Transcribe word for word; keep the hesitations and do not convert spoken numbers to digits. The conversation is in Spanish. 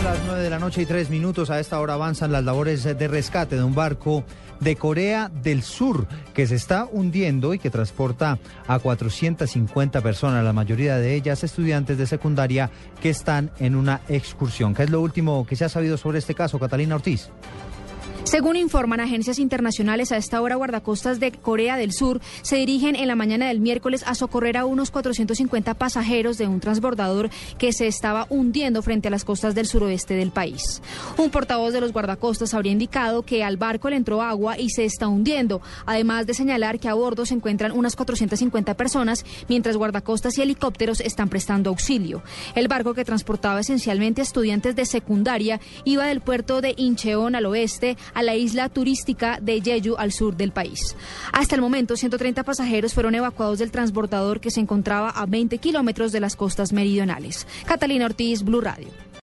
las nueve de la noche y tres minutos. A esta hora avanzan las labores de rescate de un barco de Corea del Sur que se está hundiendo y que transporta a cuatrocientas cincuenta personas, la mayoría de ellas estudiantes de secundaria que están en una excursión. ¿Qué es lo último que se ha sabido sobre este caso, Catalina Ortiz? Según informan agencias internacionales, a esta hora guardacostas de Corea del Sur se dirigen en la mañana del miércoles a socorrer a unos cuatrocientos cincuenta pasajeros de un transbordador que se estaba hundiendo frente a las costas del suroeste del país. Un portavoz de los guardacostas habría indicado que al barco le entró agua y se está hundiendo, además de señalar que a bordo se encuentran unas cuatrocientas cincuenta personas, mientras guardacostas y helicópteros están prestando auxilio. El barco, que transportaba esencialmente a estudiantes de secundaria, iba del puerto de Incheon al oeste a la isla turística de Jeju al sur del país. Hasta el momento, ciento treinta pasajeros fueron evacuados del transbordador que se encontraba a veinte kilómetros de las costas meridionales. Catalina Ortiz, Blue Radio.